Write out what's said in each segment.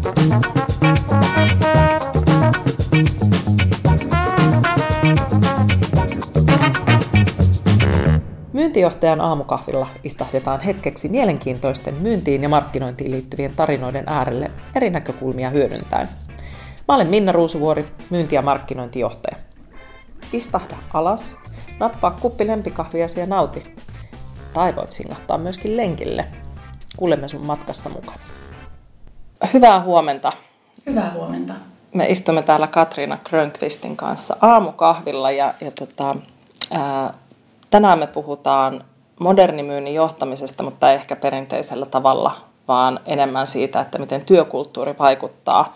Myyntijohtajan aamukahvilla istahdetaan hetkeksi mielenkiintoisten myyntiin ja markkinointiin liittyvien tarinoiden äärelle eri näkökulmia hyödyntäen. Mä olen Minna Ruusuvuori, myynti- ja markkinointijohtaja. Istahda alas, nappaa kuppi lempikahviasi ja nauti. Tai voit singahtaa myöskin lenkille. Kuulemme sun matkassa mukana. Hyvää huomenta. Hyvää huomenta. Me istumme täällä Katriina Grönqvistin kanssa aamukahvilla tänään me puhutaan modernimyynnin johtamisesta, mutta ei ehkä perinteisellä tavalla, vaan enemmän siitä, että miten työkulttuuri vaikuttaa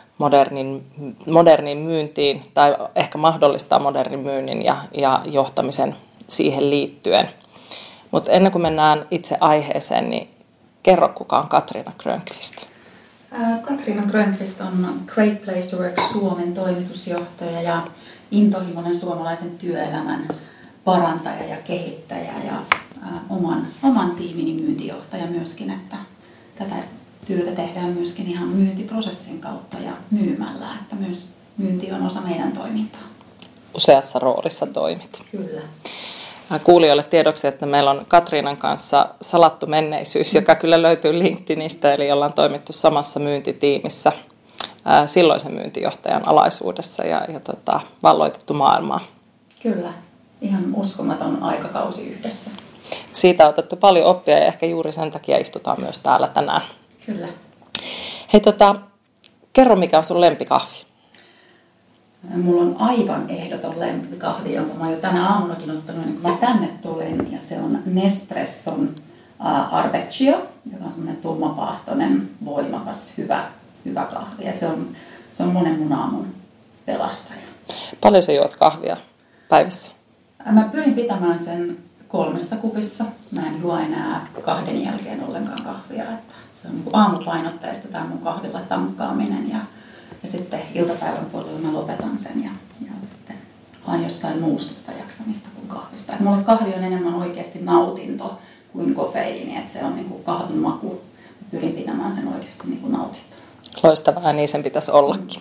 modernin myyntiin tai ehkä mahdollistaa modernin myynnin ja johtamisen siihen liittyen. Mutta ennen kuin mennään itse aiheeseen, niin kerro, kuka on Katriina Grönqvist. Katriina Grönqvist on Great Place to Work Suomen toimitusjohtaja ja intohimoinen suomalaisen työelämän parantaja ja kehittäjä ja oman tiimini myyntijohtaja myöskin, että tätä työtä tehdään myöskin ihan myyntiprosessin kautta ja myymällä, että myös myynti on osa meidän toimintaa. Useassa roolissa toimit. Kyllä. Kuulijoille tiedoksi, että meillä on Katriinan kanssa salattu menneisyys, joka kyllä löytyy LinkedInistä, eli ollaan toimittu samassa myyntitiimissä silloisen myyntijohtajan alaisuudessa ja valloitettu maailmaa. Kyllä. Ihan uskomaton aikakausi yhdessä. Siitä on otettu paljon oppia ja ehkä juuri sen takia istutaan myös täällä tänään. Kyllä. Hei, kerro, mikä on sun lempikahvi? Mulla on aivan ehdoton lempikahvi, jonka mä oon jo tänä aamunakin ottanut, niin kun mä tänne tulin. Ja se on Nespresson Arbeggio, joka on semmoinen tummapaahtoinen, voimakas, hyvä kahvi. Ja se on monen mun aamun pelastaja. Paljon sä juot kahvia päivässä? Mä pyrin pitämään sen 3 kupissa. Mä en juo enää 2 jälkeen ollenkaan kahvia. Että se on niin kuin aamupainotteista tämä mun kahvilla tankkaaminen. Ja sitten iltapäivän puolella mä lopetan sen ja sitten haen jostain muusta sitä jaksamista kuin kahvista. Että mulle kahvi on enemmän oikeasti nautinto kuin kofeiini. Että se on niin kuin kahvin maku. Mä pyrin pitämään sen oikeasti niin kuin nautintoa. Loistavaa, niin sen pitäisi ollakin.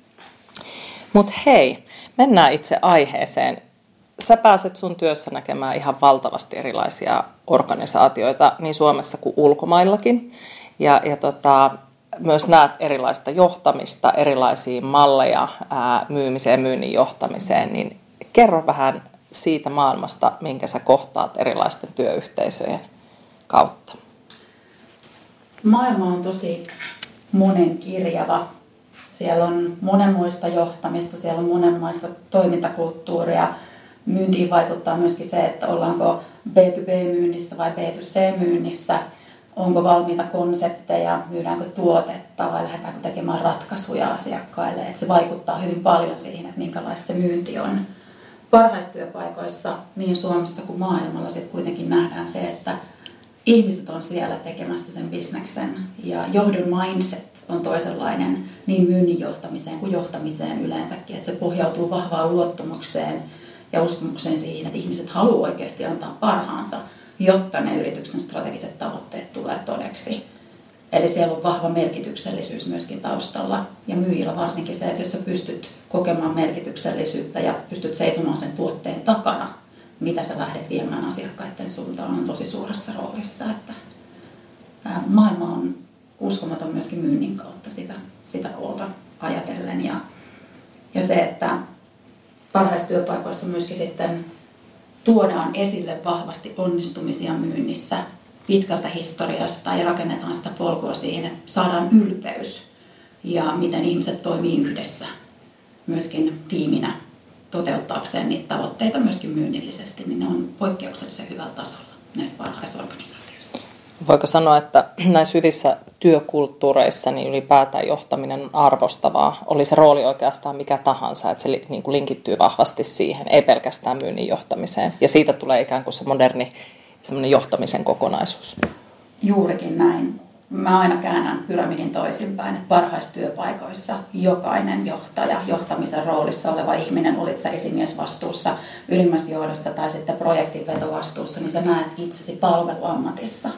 Mutta hei, mennään itse aiheeseen. Sä pääset sun työssä näkemään ihan valtavasti erilaisia organisaatioita niin Suomessa kuin ulkomaillakin. Ja myös näet erilaista johtamista, erilaisia malleja myymiseen ja myynnin johtamiseen. Niin kerro vähän siitä maailmasta, minkä sä kohtaat erilaisten työyhteisöjen kautta. Maailma on tosi monenkirjava. Siellä on monenmoista johtamista, siellä on monenmoista toimintakulttuuria. Myyntiin vaikuttaa myöskin se, että ollaanko B2B-myynnissä vai B2C-myynnissä, onko valmiita konsepteja, myydäänkö tuotetta vai lähdetäänkö tekemään ratkaisuja asiakkaille. Että se vaikuttaa hyvin paljon siihen, että minkälaista se myynti on. Parhaistyöpaikoissa niin Suomessa kuin maailmalla sitten kuitenkin nähdään se, että ihmiset on siellä tekemässä sen bisneksen ja johdon mindset on toisenlainen niin myynnin johtamiseen kuin johtamiseen yleensäkin, että se pohjautuu vahvaan luottamukseen ja uskomukseen siihen, että ihmiset haluaa oikeasti antaa parhaansa, jotta ne yrityksen strategiset tavoitteet tulee todeksi. Eli siellä on vahva merkityksellisyys myöskin taustalla ja myyjillä varsinkin se, että jos sä pystyt kokemaan merkityksellisyyttä ja pystyt seisomaan sen tuotteen takana, mitä sä lähdet viemään asiakkaiden suuntaan, on tosi suuressa roolissa. Että maailma on uskomaton myöskin myynnin kautta sitä puolta ajatellen. Ja se, että parhaistyöpaikoissa myöskin sitten tuodaan esille vahvasti onnistumisia myynnissä pitkältä historiasta ja rakennetaan sitä polkua siihen, että saadaan ylpeys ja miten ihmiset toimii yhdessä myöskin tiiminä toteuttaakseen niitä tavoitteita myöskin myynnillisesti, niin ne on poikkeuksellisen hyvällä tasolla näissä parhaisorganisaatioissa. Voiko sanoa, että näissä hyvissä työkulttuureissa niin ylipäätään johtaminen on arvostavaa? Oli se rooli oikeastaan mikä tahansa, että se niin kuin linkittyy vahvasti siihen, ei pelkästään myynnin johtamiseen. Ja siitä tulee ikään kuin se moderni semmoinen johtamisen kokonaisuus. Juurikin näin. Mä aina käännän pyramidin toisinpäin, että parhaistyöpaikoissa jokainen johtaja, johtamisen roolissa oleva ihminen, olit sä esimiesvastuussa, ylimmässä johdossa tai sitten projektin vetovastuussa, niin sä näet itsesi palveluammatissa.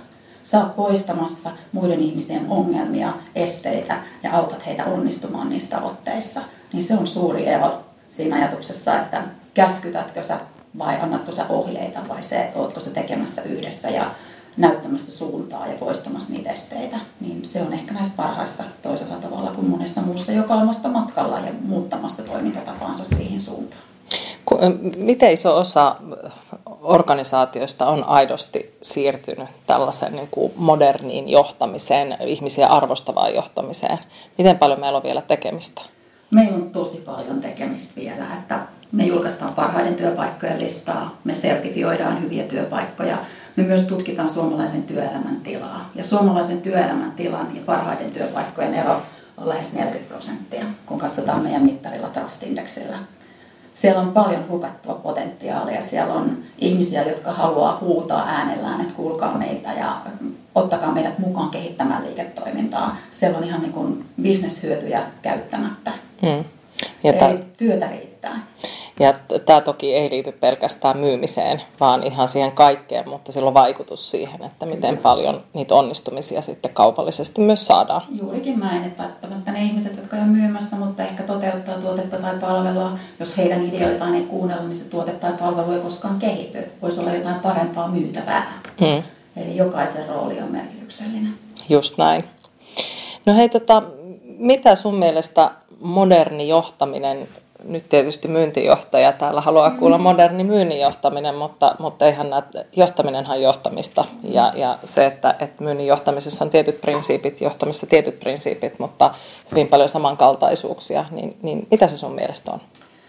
Sä oot poistamassa muiden ihmisen ongelmia, esteitä ja autat heitä onnistumaan niissä tavoitteissa. Niin se on suuri ero siinä ajatuksessa, että käskytätkö sä vai annatko sä ohjeita vai se, että ootko sä tekemässä yhdessä ja näyttämässä suuntaa ja poistamassa niitä esteitä. Niin se on ehkä näissä parhaissa toisella tavalla kuin monessa muussa, joka on vasta matkalla ja muuttamassa toimintatapaansa siihen suuntaan. Miten iso osa organisaatioista on aidosti siirtynyt tällaiseen niin kuin moderniin johtamiseen, ihmisiä arvostavaan johtamiseen? Miten paljon meillä on vielä tekemistä? Meillä on tosi paljon tekemistä vielä, että me julkaistaan parhaiden työpaikkojen listaa, me sertifioidaan hyviä työpaikkoja, me myös tutkitaan suomalaisen työelämän tilaa. Ja suomalaisen työelämän tilan ja parhaiden työpaikkojen ero on lähes 40%, kun katsotaan meidän mittarilla Trust-indeksillä. Siellä on paljon hukattua potentiaalia. Siellä on ihmisiä, jotka haluaa huutaa äänellään, että kuulkaa meitä ja ottakaa meidät mukaan kehittämään liiketoimintaa. Siellä on ihan niin kuin bisneshyötyjä käyttämättä. Eli työtä riittää. Ja tämä toki ei liity pelkästään myymiseen, vaan ihan siihen kaikkeen, mutta sillä on vaikutus siihen, että miten paljon niitä onnistumisia sitten kaupallisesti myös saadaan. Juurikin näin, että välttämättä ne ihmiset, jotka on myymässä, mutta ehkä toteuttaa tuotetta tai palvelua, jos heidän ideoitaan ei kuunnella, niin se tuote tai palvelu ei koskaan kehity. Voisi olla jotain parempaa myytävää. Eli jokaisen rooli on merkityksellinen. Just näin. No hei, mitä sun mielestä moderni johtaminen, nyt tietysti myyntijohtaja täällä haluaa kuulla moderni myynnin johtaminen, mutta eihän johtaminenhan johtamista. Ja se, että myynnin johtamisessa on tietyt prinsiipit, johtamisessa tietyt prinsiipit, mutta hyvin paljon samankaltaisuuksia, niin mitä se sun mielestä on?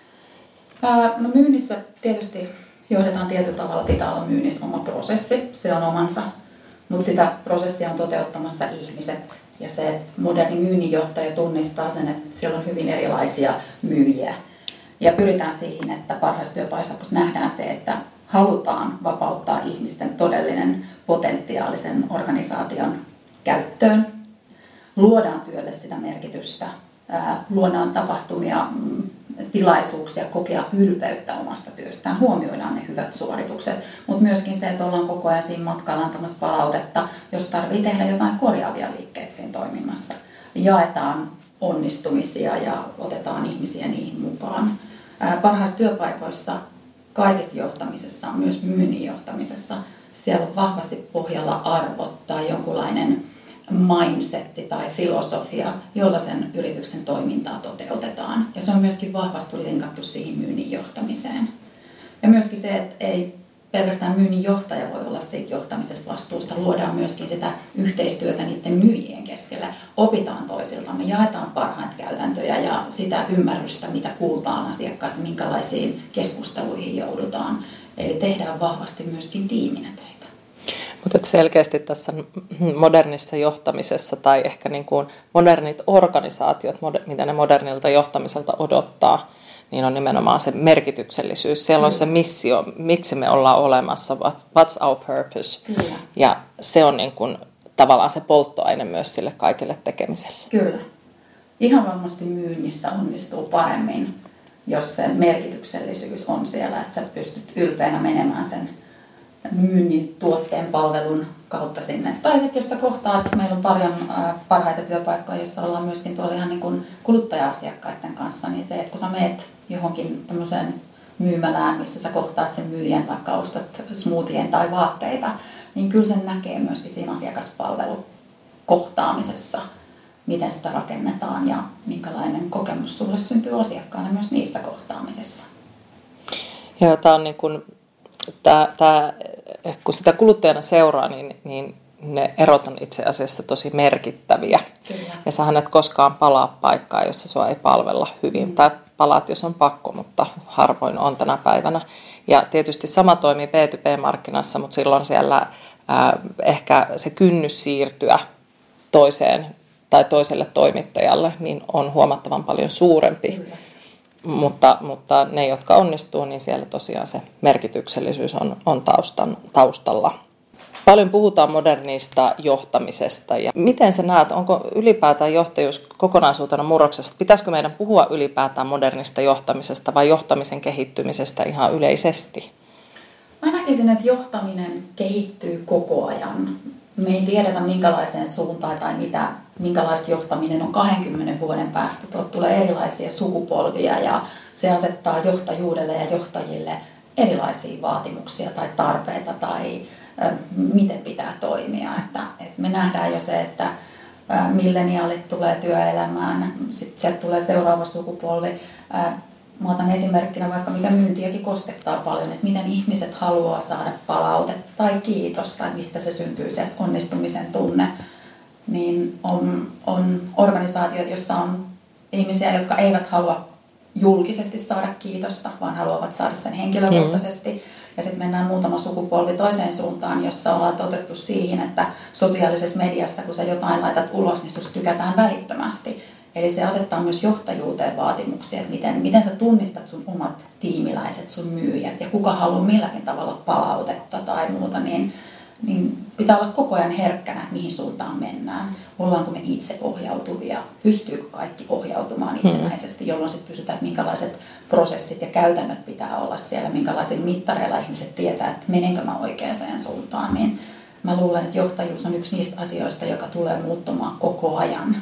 No myynnissä tietysti johdetaan tietyllä tavalla, pitää olla myynnissä oma prosessi, se on omansa, mutta sitä prosessia on toteuttamassa ihmiset. Ja se, että moderni myynninjohtaja tunnistaa sen, että siellä on hyvin erilaisia myyjiä. Ja pyritään siihen, että parhaissa työpaikoissa nähdään se, että halutaan vapauttaa ihmisten todellinen potentiaalisen organisaation käyttöön. Luodaan työlle sitä merkitystä, luodaan tapahtumia, tilaisuuksia kokea ylpeyttä omasta työstään, huomioidaan ne hyvät suoritukset, mutta myöskin se, että ollaan koko ajan siinä matkalla antamassa palautetta, jos tarvitsee tehdä jotain korjaavia liikkeitä siinä toiminnassa. Jaetaan onnistumisia ja otetaan ihmisiä niihin mukaan. Parhaissa työpaikoissa, kaikessa johtamisessa, myös myynnin johtamisessa, siellä on vahvasti pohjalla arvot tai jonkunlainen mindsetti tai filosofia, jolla sen yrityksen toimintaa toteutetaan. Ja se on myöskin vahvasti linkattu siihen myynnin johtamiseen. Ja myöskin se, että ei pelkästään myynnin johtaja voi olla siitä johtamisesta vastuusta. Luodaan myöskin sitä yhteistyötä niiden myyjien keskellä. Opitaan toisiltamme, jaetaan parhaita käytäntöjä ja sitä ymmärrystä, mitä kuultaan asiakkaasta, minkälaisiin keskusteluihin joudutaan. Eli tehdään vahvasti myöskin tiiminä töitä. Mutta selkeästi tässä modernissa johtamisessa tai ehkä niin kuin modernit organisaatiot, mitä ne modernilta johtamiselta odottaa, niin on nimenomaan se merkityksellisyys. Siellä on se missio, miksi me ollaan olemassa, what's our purpose. Kyllä. Ja se on niin kuin tavallaan se polttoaine myös sille kaikille tekemiselle. Kyllä. Ihan varmasti myynnissä onnistuu paremmin, jos se merkityksellisyys on siellä, että sä pystyt ylpeänä menemään sen myynnin, tuotteen, palvelun kautta sinne. Tai sitten jos sä kohtaat, meillä on paljon parhaita työpaikkoja, joissa ollaan myöskin tuolla ihan niin kuin kuluttaja-asiakkaiden kanssa, niin se, että kun sä meet johonkin tämmöiseen myymälään, missä sä kohtaat sen myyjän, vaikka ostat smoothien tai vaatteita, niin kyllä sen näkee myöskin siinä asiakaspalvelukohtaamisessa, miten sitä rakennetaan ja minkälainen kokemus sulle syntyy asiakkaana myös niissä kohtaamisissa. Joo, tämä on niin kuin kun sitä kuluttajana seuraa, niin ne erot on itse asiassa tosi merkittäviä. Kyllä. Ja sähän et koskaan palaa paikkaan, jossa sua ei palvella hyvin. Tai palaat, jos on pakko, mutta harvoin on tänä päivänä. Ja tietysti sama toimii B2B-markkinassa, mutta silloin siellä ehkä se kynnys siirtyä toiseen tai toiselle toimittajalle niin on huomattavan paljon suurempi. Kyllä. Mutta ne, jotka onnistuu, niin siellä tosiaan se merkityksellisyys on taustalla. Paljon puhutaan modernista johtamisesta. Ja miten sä näet, onko ylipäätään johtajuus kokonaisuutena murroksessa? Pitäisikö meidän puhua ylipäätään modernista johtamisesta vai johtamisen kehittymisestä ihan yleisesti? Mä näkisin, että johtaminen kehittyy koko ajan. me ei tiedetä minkälaiseen suuntaan tai minkälaista johtaminen on 20 vuoden päästä. Tuolta tulee erilaisia sukupolvia ja se asettaa johtajuudelle ja johtajille erilaisia vaatimuksia tai tarpeita tai miten pitää toimia. Että me nähdään jo se, että milleniaalit tulee työelämään, sitten sieltä tulee seuraava sukupolvi. Mä otan esimerkkinä vaikka mikä myyntiäkin koskettaa paljon, että miten ihmiset haluaa saada palautetta tai kiitosta, että mistä se syntyy se onnistumisen tunne. Niin on organisaatiot, joissa on ihmisiä, jotka eivät halua julkisesti saada kiitosta, vaan haluavat saada sen henkilökohtaisesti. Ja sitten mennään muutama sukupolvi toiseen suuntaan, jossa ollaan otettu siihen, että sosiaalisessa mediassa, kun sä jotain laitat ulos, niin susta tykätään välittömästi. Eli se asettaa myös johtajuuteen vaatimuksia, että miten sä tunnistat sun omat tiimiläiset, sun myyjät ja kuka haluaa milläkin tavalla palautetta tai muuta, niin pitää olla koko ajan herkkänä, että mihin suuntaan mennään. Ollaanko me itse ohjautuvia, pystyykö kaikki ohjautumaan itsenäisesti, jolloin sitten pysytään, että minkälaiset prosessit ja käytännöt pitää olla siellä, minkälaisilla mittareilla ihmiset tietää, että menenkö mä oikeaan suuntaan. Niin mä luulen, että johtajuus on yksi niistä asioista, joka tulee muuttumaan koko ajan.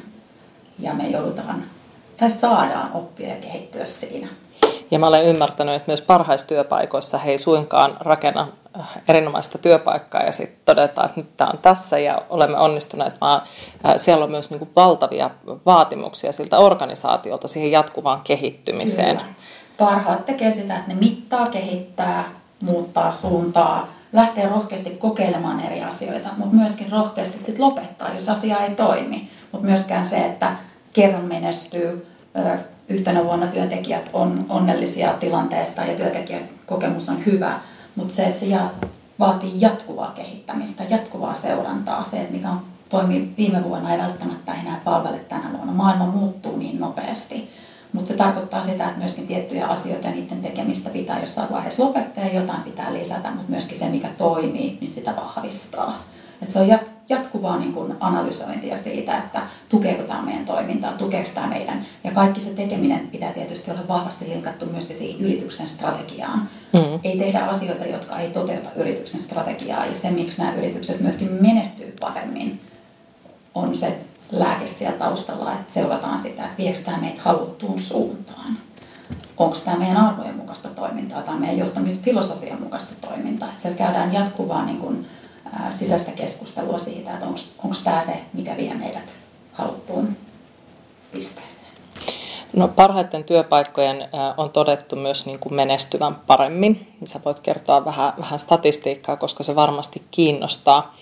Ja me joudutaan tai saadaan oppia ja kehittyä siinä. Ja mä olen ymmärtänyt, että myös parhaissa työpaikoissa he ei suinkaan rakenna erinomaista työpaikkaa ja sitten todetaan, että nyt tämä on tässä ja olemme onnistuneet, vaan siellä on myös niin kuin valtavia vaatimuksia siltä organisaatiolta siihen jatkuvaan kehittymiseen. Kyllä. Parhaat tekee sitä, että ne mittaa, kehittää, muuttaa suuntaa, lähtee rohkeasti kokeilemaan eri asioita, mutta myöskin rohkeasti sit lopettaa, jos asia ei toimi. Mutta myöskään se, että kerran menestyy, yhtenä vuonna työntekijät on onnellisia tilanteesta ja työntekijäkokemus on hyvä, mutta se, että se vaatii jatkuvaa kehittämistä, jatkuvaa seurantaa. Se, että mikä on toimi viime vuonna, ei välttämättä enää palvele tänä vuonna. Maailma muuttuu niin nopeasti, mutta se tarkoittaa sitä, että myöskin tiettyjä asioita ja niiden tekemistä pitää jossain vaiheessa lopettaa ja jotain pitää lisätä, mutta myöskin se, mikä toimii, niin sitä vahvistaa. Että se on jatkuvaa niin kuin analysointia siitä, että tukeeko tämä meidän toimintaa, tukeeko tämä meidän. Ja kaikki se tekeminen pitää tietysti olla vahvasti linkattu myöskin siihen yrityksen strategiaan. Ei tehdä asioita, jotka ei toteuta yrityksen strategiaa. Ja se, miksi nämä yritykset myöskin menestyy paremmin, on se lääke siellä taustalla, että seurataan sitä, että viekö tämä meitä haluttuun suuntaan. Onko tämä meidän arvojen mukaista toimintaa tai meidän johtamisfilosofian mukaista toimintaa. Että siellä käydään jatkuvaa niin kuin sisäistä keskustelua siitä, että onko tämä se, mikä vie meidät haluttuun pisteeseen. No, parhaiten työpaikkojen on todettu myös niin kuin menestyvän paremmin. Sä voit kertoa vähän statistiikkaa, koska se varmasti kiinnostaa.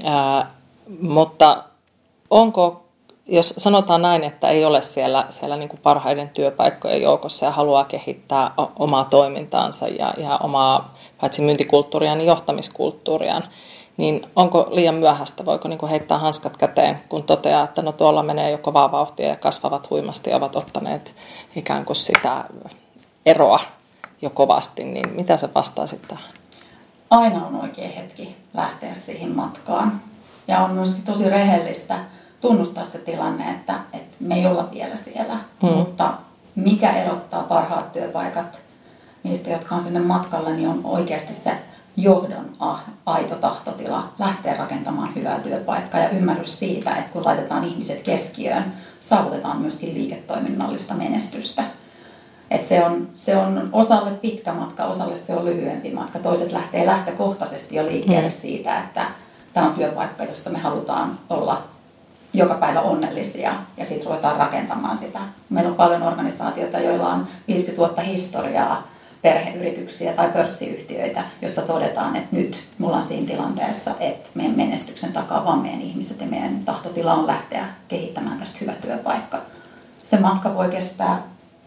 Mutta onko, jos sanotaan näin, että ei ole siellä niin kuin parhaiden työpaikkojen joukossa ja haluaa kehittää omaa toimintaansa ja omaa paitsi myyntikulttuuriaan, niin johtamiskulttuuriaan, niin onko liian myöhäistä? Voiko niin kuin heittää hanskat käteen, kun toteaa, että no tuolla menee jo kovaa vauhtia ja kasvavat huimasti ja ovat ottaneet ikään kuin sitä eroa jo kovasti, niin mitä sä vastaisit tähän? Aina on oikea hetki lähteä siihen matkaan. Ja on myöskin tosi rehellistä tunnustaa se tilanne, että me ei olla vielä siellä. Mutta mikä erottaa parhaat työpaikat niistä, jotka on sinne matkalla, niin on oikeasti se johdon aito tahtotila lähteä rakentamaan hyvää työpaikkaa ja ymmärrys siitä, että kun laitetaan ihmiset keskiöön, saavutetaan myöskin liiketoiminnallista menestystä. Että se on osalle pitkä matka, osalle se on lyhyempi matka. Toiset lähtee lähtökohtaisesti jo liikkeelle siitä, että tämä on työpaikka, josta me halutaan olla joka päivä onnellisia ja sitten ruvetaan rakentamaan sitä. Meillä on paljon organisaatioita, joilla on 50 vuotta historiaa, perheyrityksiä tai pörssiyhtiöitä, jossa todetaan, että nyt me ollaan siinä tilanteessa, että meidän menestyksen takaa vaan meidän ihmiset ja meidän tahtotila on lähteä kehittämään tästä hyvä työpaikka. Se matka voi kestää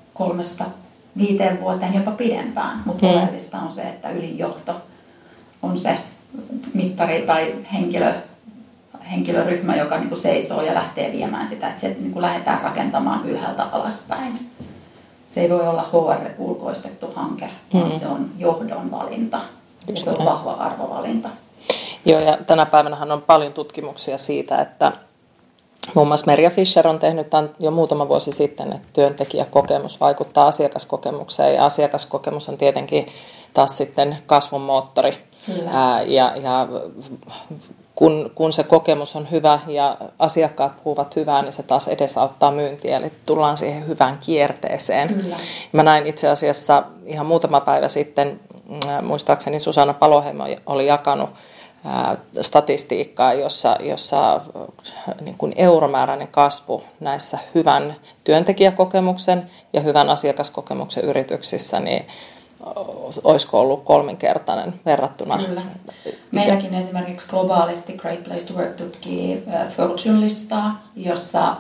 3-5 vuoteen, jopa pidempään, mutta oleellista on se, että ylinjohto on se mittari tai henkilöryhmä, joka niin kuin seisoo ja lähtee viemään sitä, että se niin kuin lähdetään rakentamaan ylhäältä alaspäin. Se ei voi olla HR-ulkoistettu hanke, vaan se on johdon valinta ja se on vahva arvovalinta. Joo, ja tänä päivänähän on paljon tutkimuksia siitä, että muun muassa Merja Fischer on tehnyt tämän jo muutama vuosi sitten, että työntekijäkokemus vaikuttaa asiakaskokemukseen ja asiakaskokemus on tietenkin taas sitten kasvun moottori. Ja kun se kokemus on hyvä ja asiakkaat puhuvat hyvää, niin se taas edesauttaa myyntiä. Eli tullaan siihen hyvään kierteeseen. Kyllä. Mä näin itse asiassa ihan muutama päivä sitten, muistaakseni Susanna Paloheimo oli jakanut statistiikkaa, jossa niin kuin euromääräinen kasvu näissä hyvän työntekijäkokemuksen ja hyvän asiakaskokemuksen yrityksissä, niin olisiko ollut 3-kertainen verrattuna. Kyllä. Meilläkin esimerkiksi globaalisti Great Place to Work tutkii Fortune-listaa, jossa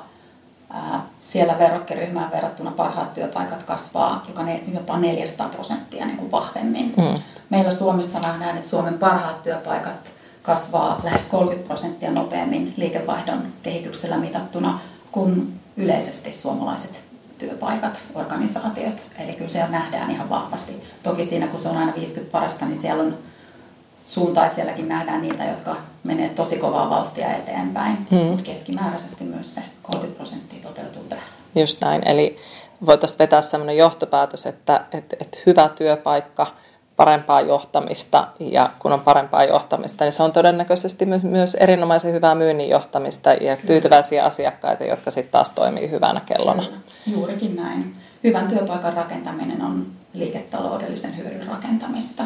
siellä verrokkiryhmään verrattuna parhaat työpaikat kasvaa jopa 400% niin kuin vahvemmin. Meillä Suomessa nähdään, että Suomen parhaat työpaikat kasvaa lähes 30% nopeammin liikevaihdon kehityksellä mitattuna kuin yleisesti suomalaiset työpaikat, organisaatiot. Eli kyllä se nähdään ihan vahvasti. Toki siinä, kun se on aina 50 parasta, niin siellä on suunta, että sielläkin nähdään niitä, jotka menee tosi kovaa vauhtia eteenpäin. Mutta keskimääräisesti myös se 30% toteutuu täällä. Just näin. Eli voitaisiin vetää sellainen johtopäätös, että hyvä työpaikka, parempaa johtamista, ja kun on parempaa johtamista, niin se on todennäköisesti myös erinomaisen hyvää myynnin johtamista ja tyytyväisiä asiakkaita, jotka sitten taas toimii hyvänä kellona. Kyllä. Juurikin näin. Hyvän työpaikan rakentaminen on liiketaloudellisen hyödyn rakentamista.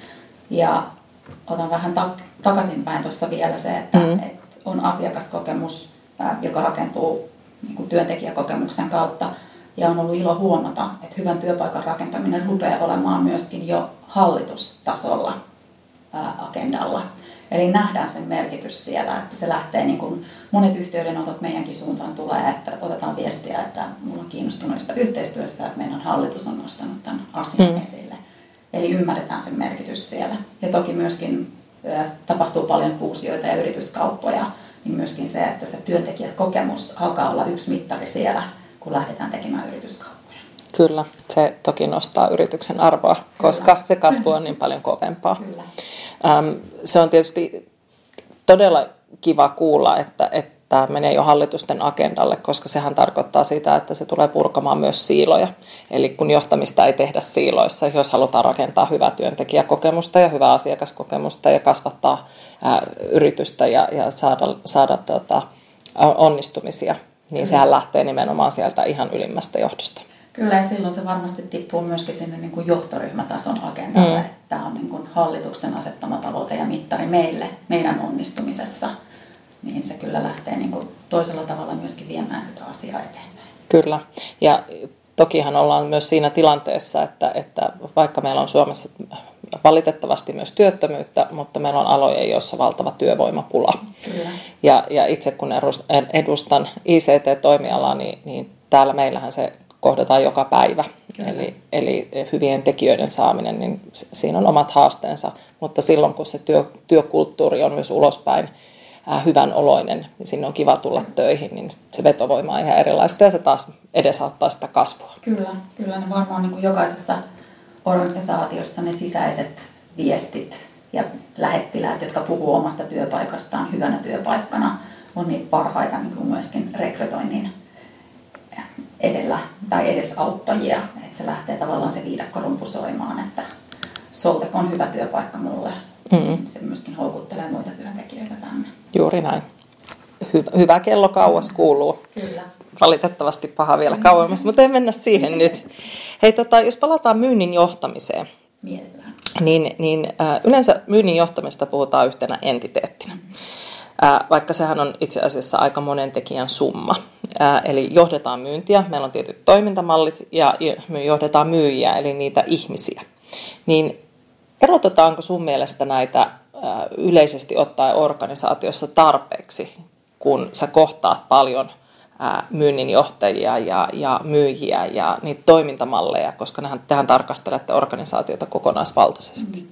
Ja otan vähän takaisinpäin tuossa vielä se, että on asiakaskokemus, joka rakentuu niin kuin työntekijäkokemuksen kautta. Ja on ollut ilo huomata, että hyvän työpaikan rakentaminen rupeaa olemaan myöskin jo hallitustasolla agendalla. Eli nähdään sen merkitys siellä, että se lähtee, niin kuin monet yhteydenotot meidänkin suuntaan tulee, että otetaan viestiä, että minulla on kiinnostuneista yhteistyössä, että meidän hallitus on nostanut tämän asian esille. Eli ymmärretään sen merkitys siellä. Ja toki myöskin tapahtuu paljon fuusioita ja yrityskauppoja, niin myöskin se, että se työntekijäkokemus alkaa olla yksi mittari siellä, kun lähdetään tekemään yrityskauppoja. Kyllä, se toki nostaa yrityksen arvoa, koska se kasvu on niin paljon kovempaa. Kyllä. Se on tietysti todella kiva kuulla, että tämä menee jo hallitusten agendalle, koska sehän tarkoittaa sitä, että se tulee purkamaan myös siiloja. Eli kun johtamista ei tehdä siiloissa, jos halutaan rakentaa hyvää työntekijäkokemusta ja hyvää asiakaskokemusta ja kasvattaa yritystä ja saada onnistumisia, niin sehän lähtee nimenomaan sieltä ihan ylimmästä johdosta. Kyllä, ja silloin se varmasti tippuu myöskin sinne niin kuin johtoryhmätason agendalle. Että tämä on niin kuin hallituksen asettama tavoite ja mittari meille, meidän onnistumisessa. Niin se kyllä lähtee niin kuin toisella tavalla myöskin viemään sitä asiaa eteenpäin. Kyllä, ja tokihan ollaan myös siinä tilanteessa, että vaikka meillä on Suomessa valitettavasti myös työttömyyttä, mutta meillä on aloja, joissa valtava työvoimapula. Kyllä. Ja itse kun edustan ICT-toimialaa, niin täällä meillähän se kohdataan joka päivä. Eli hyvien tekijöiden saaminen, niin siinä on omat haasteensa. Mutta silloin, kun se työkulttuuri on myös ulospäin hyvän oloinen, niin sinne on kiva tulla töihin, niin se vetovoima on ihan erilaista ja se taas edesauttaa sitä kasvua. Kyllä ne varmaan niin kuin jokaisessa organisaatiossa ne sisäiset viestit ja lähettiläät, jotka puhuu omasta työpaikastaan hyvänä työpaikkana, on niitä parhaita niin kuin myöskin rekrytoinnin edellä tai edesauttajia. Että se lähtee tavallaan se viidakko rumpusoimaan, että Soltec on hyvä työpaikka mulle. Se myöskin houkuttelee muita työntekijöitä tänne. Juuri näin. Hyvä kello kauas kuuluu. Kyllä. Valitettavasti paha vielä kauemmas, mutta ei mennä siihen nyt. Hei, jos palataan myynnin johtamiseen, niin yleensä myynnin johtamista puhutaan yhtenä entiteettinä. Vaikka sehän on itse asiassa aika monen tekijän summa. Eli johdetaan myyntiä, meillä on tietyt toimintamallit ja me johdetaan myyjiä, eli niitä ihmisiä. Niin erotetaanko sun mielestä näitä yleisesti ottaen organisaatiossa tarpeeksi, kun sä kohtaat paljon myynninjohtajia ja myyjiä ja niitä toimintamalleja, koska tehän tarkastelette organisaatiota kokonaisvaltaisesti?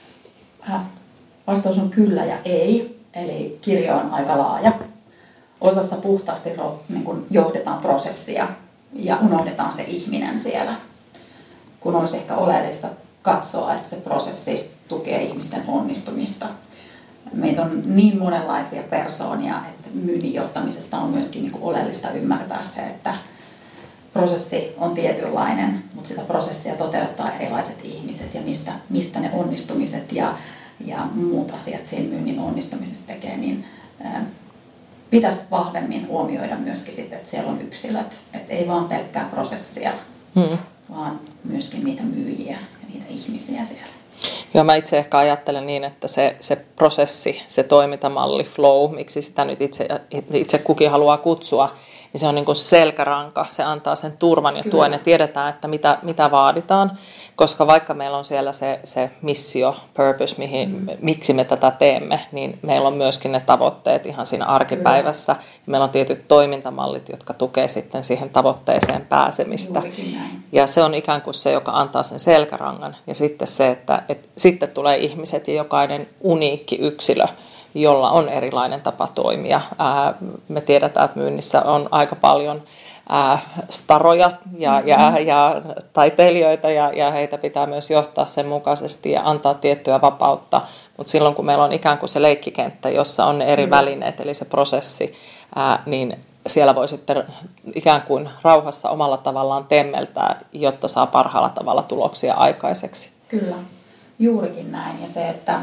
Vastaus on kyllä ja ei, eli kirjo on aika laaja. Osassa puhtaasti niin kun johdetaan prosessia ja unohdetaan se ihminen siellä, kun olisi ehkä oleellista katsoa, että se prosessi tukee ihmisten onnistumista. Meitä on niin monenlaisia persoonia, että myynnin johtamisesta on myöskin niin kuin oleellista ymmärtää se, että prosessi on tietynlainen, mutta sitä prosessia toteuttaa erilaiset ihmiset ja mistä ne onnistumiset ja ja muut asiat siinä myynnin onnistumisessa tekee, niin pitäisi vahvemmin huomioida myöskin sitten, että siellä on yksilöt. Että ei vaan pelkkää prosessia, vaan myöskin niitä myyjiä ja niitä ihmisiä siellä. Joo, mä itse ehkä ajattelen niin, että se prosessi, se toimintamalli, flow, miksi sitä nyt itse kukin haluaa kutsua, niin se on niin kuin selkäranka, se antaa sen turvan ja tuen ja tiedetään, että mitä vaaditaan, koska vaikka meillä on siellä se missio, purpose, miksi me tätä teemme, niin meillä on myöskin ne tavoitteet ihan siinä arkipäivässä. Ja meillä on tietyt toimintamallit, jotka tukee sitten siihen tavoitteeseen pääsemistä. Ja se on ikään kuin se, joka antaa sen selkärangan. Ja sitten se, että sitten tulee ihmiset ja jokainen uniikki yksilö, jolla on erilainen tapa toimia. Me tiedetään, että myynnissä on aika paljon staroja ja taiteilijoita ja heitä pitää myös johtaa sen mukaisesti ja antaa tiettyä vapautta. Mutta silloin kun meillä on ikään kuin se leikkikenttä, jossa on ne eri välineet, eli se prosessi, niin siellä voi sitten ikään kuin rauhassa omalla tavallaan temmeltää, jotta saa parhaalla tavalla tuloksia aikaiseksi. Kyllä, juurikin näin. Ja se, että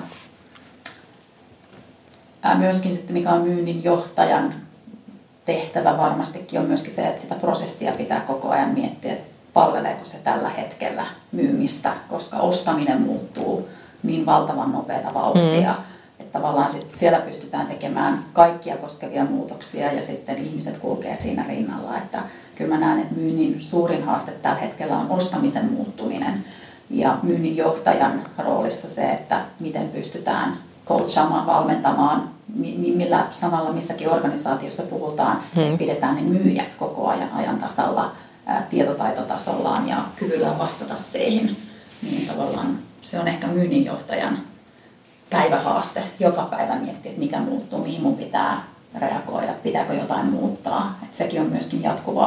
myöskin sitten mikä on myynnin johtajan tehtävä varmastikin on myöskin se, että sitä prosessia pitää koko ajan miettiä, että palveleeko se tällä hetkellä myymistä, koska ostaminen muuttuu niin valtavan nopeata vauhtia, että tavallaan siellä pystytään tekemään kaikkia koskevia muutoksia ja sitten ihmiset kulkee siinä rinnalla, että kyllä mä näen, että myynnin suurin haaste tällä hetkellä on ostamisen muuttuminen ja myynnin johtajan roolissa se, että miten pystytään coachamaan, valmentamaan, millä sanalla missäkin organisaatiossa puhutaan, pidetään ne myyjät koko ajan tasalla tietotaitotasollaan ja kyvyllään vastata siihen. Niin tavallaan se on ehkä myynninjohtajan päivähaaste. Joka päivä miettiä, että mikä muuttuu, mihin mun pitää reagoida, pitääkö jotain muuttaa. Että sekin on myöskin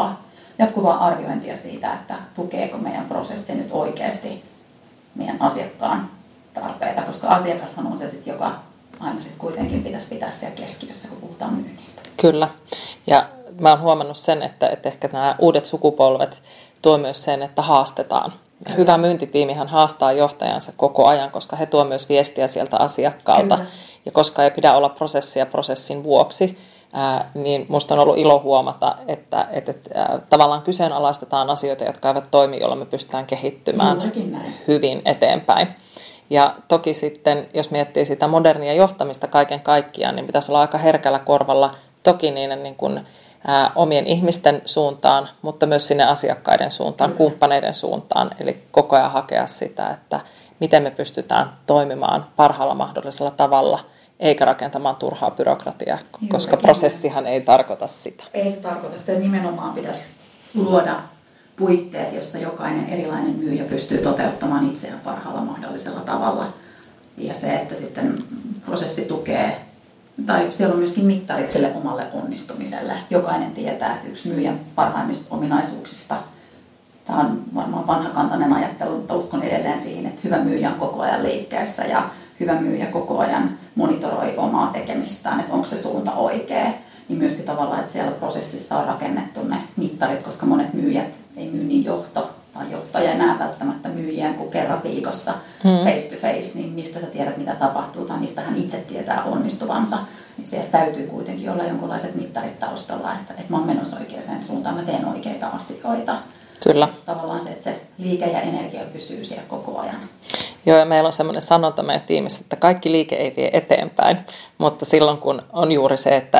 jatkuvaa arviointia siitä, että tukeeko meidän prosessi nyt oikeasti meidän asiakkaan tarpeita, koska asiakashan on se sitten, joka aina sitten kuitenkin pitäisi pitää siellä keskiössä, kun puhutaan myynnistä. Kyllä. Ja mä oon huomannut sen, että ehkä nämä uudet sukupolvet tuo myös sen, että haastetaan. Kyllä. Hyvä myyntitiimihän haastaa johtajansa koko ajan, koska he tuo myös viestiä sieltä asiakkaalta. Kyllä. Ja koska ei pidä olla prosessia prosessin vuoksi, niin musta on ollut ilo huomata, että tavallaan kyseenalaistetaan asioita, jotka eivät toimi, joilla me pystytään kehittymään hyvin eteenpäin. Ja toki sitten, jos miettii sitä modernia johtamista kaiken kaikkiaan, niin pitäisi olla aika herkällä korvalla toki niiden niin kuin, omien ihmisten suuntaan, mutta myös sinne asiakkaiden suuntaan, kumppaneiden suuntaan. Eli koko ajan hakea sitä, että miten me pystytään toimimaan parhaalla mahdollisella tavalla, eikä rakentamaan turhaa byrokratiaa, koska prosessihan ei tarkoita sitä. Ei se tarkoita sitä, nimenomaan pitäisi luoda puitteet, jossa jokainen erilainen myyjä pystyy toteuttamaan itseään parhaalla mahdollisella tavalla. Ja se, että sitten prosessi tukee, tai siellä on myöskin mittarit sille omalle onnistumiselle. Jokainen tietää, että yksi myyjän parhaimmista ominaisuuksista, tämä on varmaan vanhakantainen ajattelu, mutta uskon edelleen siihen, että hyvä myyjä on koko ajan liikkeessä ja hyvä myyjä koko ajan monitoroi omaa tekemistään, että onko se suunta oikea. Niin myöskin tavallaan, että siellä prosessissa on rakennettu ne mittarit, koska monet myyjät ei myynnin johto tai johtaja enää välttämättä myyjiä kuin kerran viikossa face to face, niin mistä sä tiedät, mitä tapahtuu tai mistä hän itse tietää onnistuvansa. Niin siellä täytyy kuitenkin olla jonkinlaiset mittarit taustalla, että mä oon menossa oikeaan suuntaan, mä teen oikeita asioita. Kyllä. Että tavallaan se, että se liike ja energia pysyy siellä koko ajan. Joo, ja meillä on semmoinen sanonta meidän tiimissä, että kaikki liike ei vie eteenpäin, mutta silloin kun on juuri se, että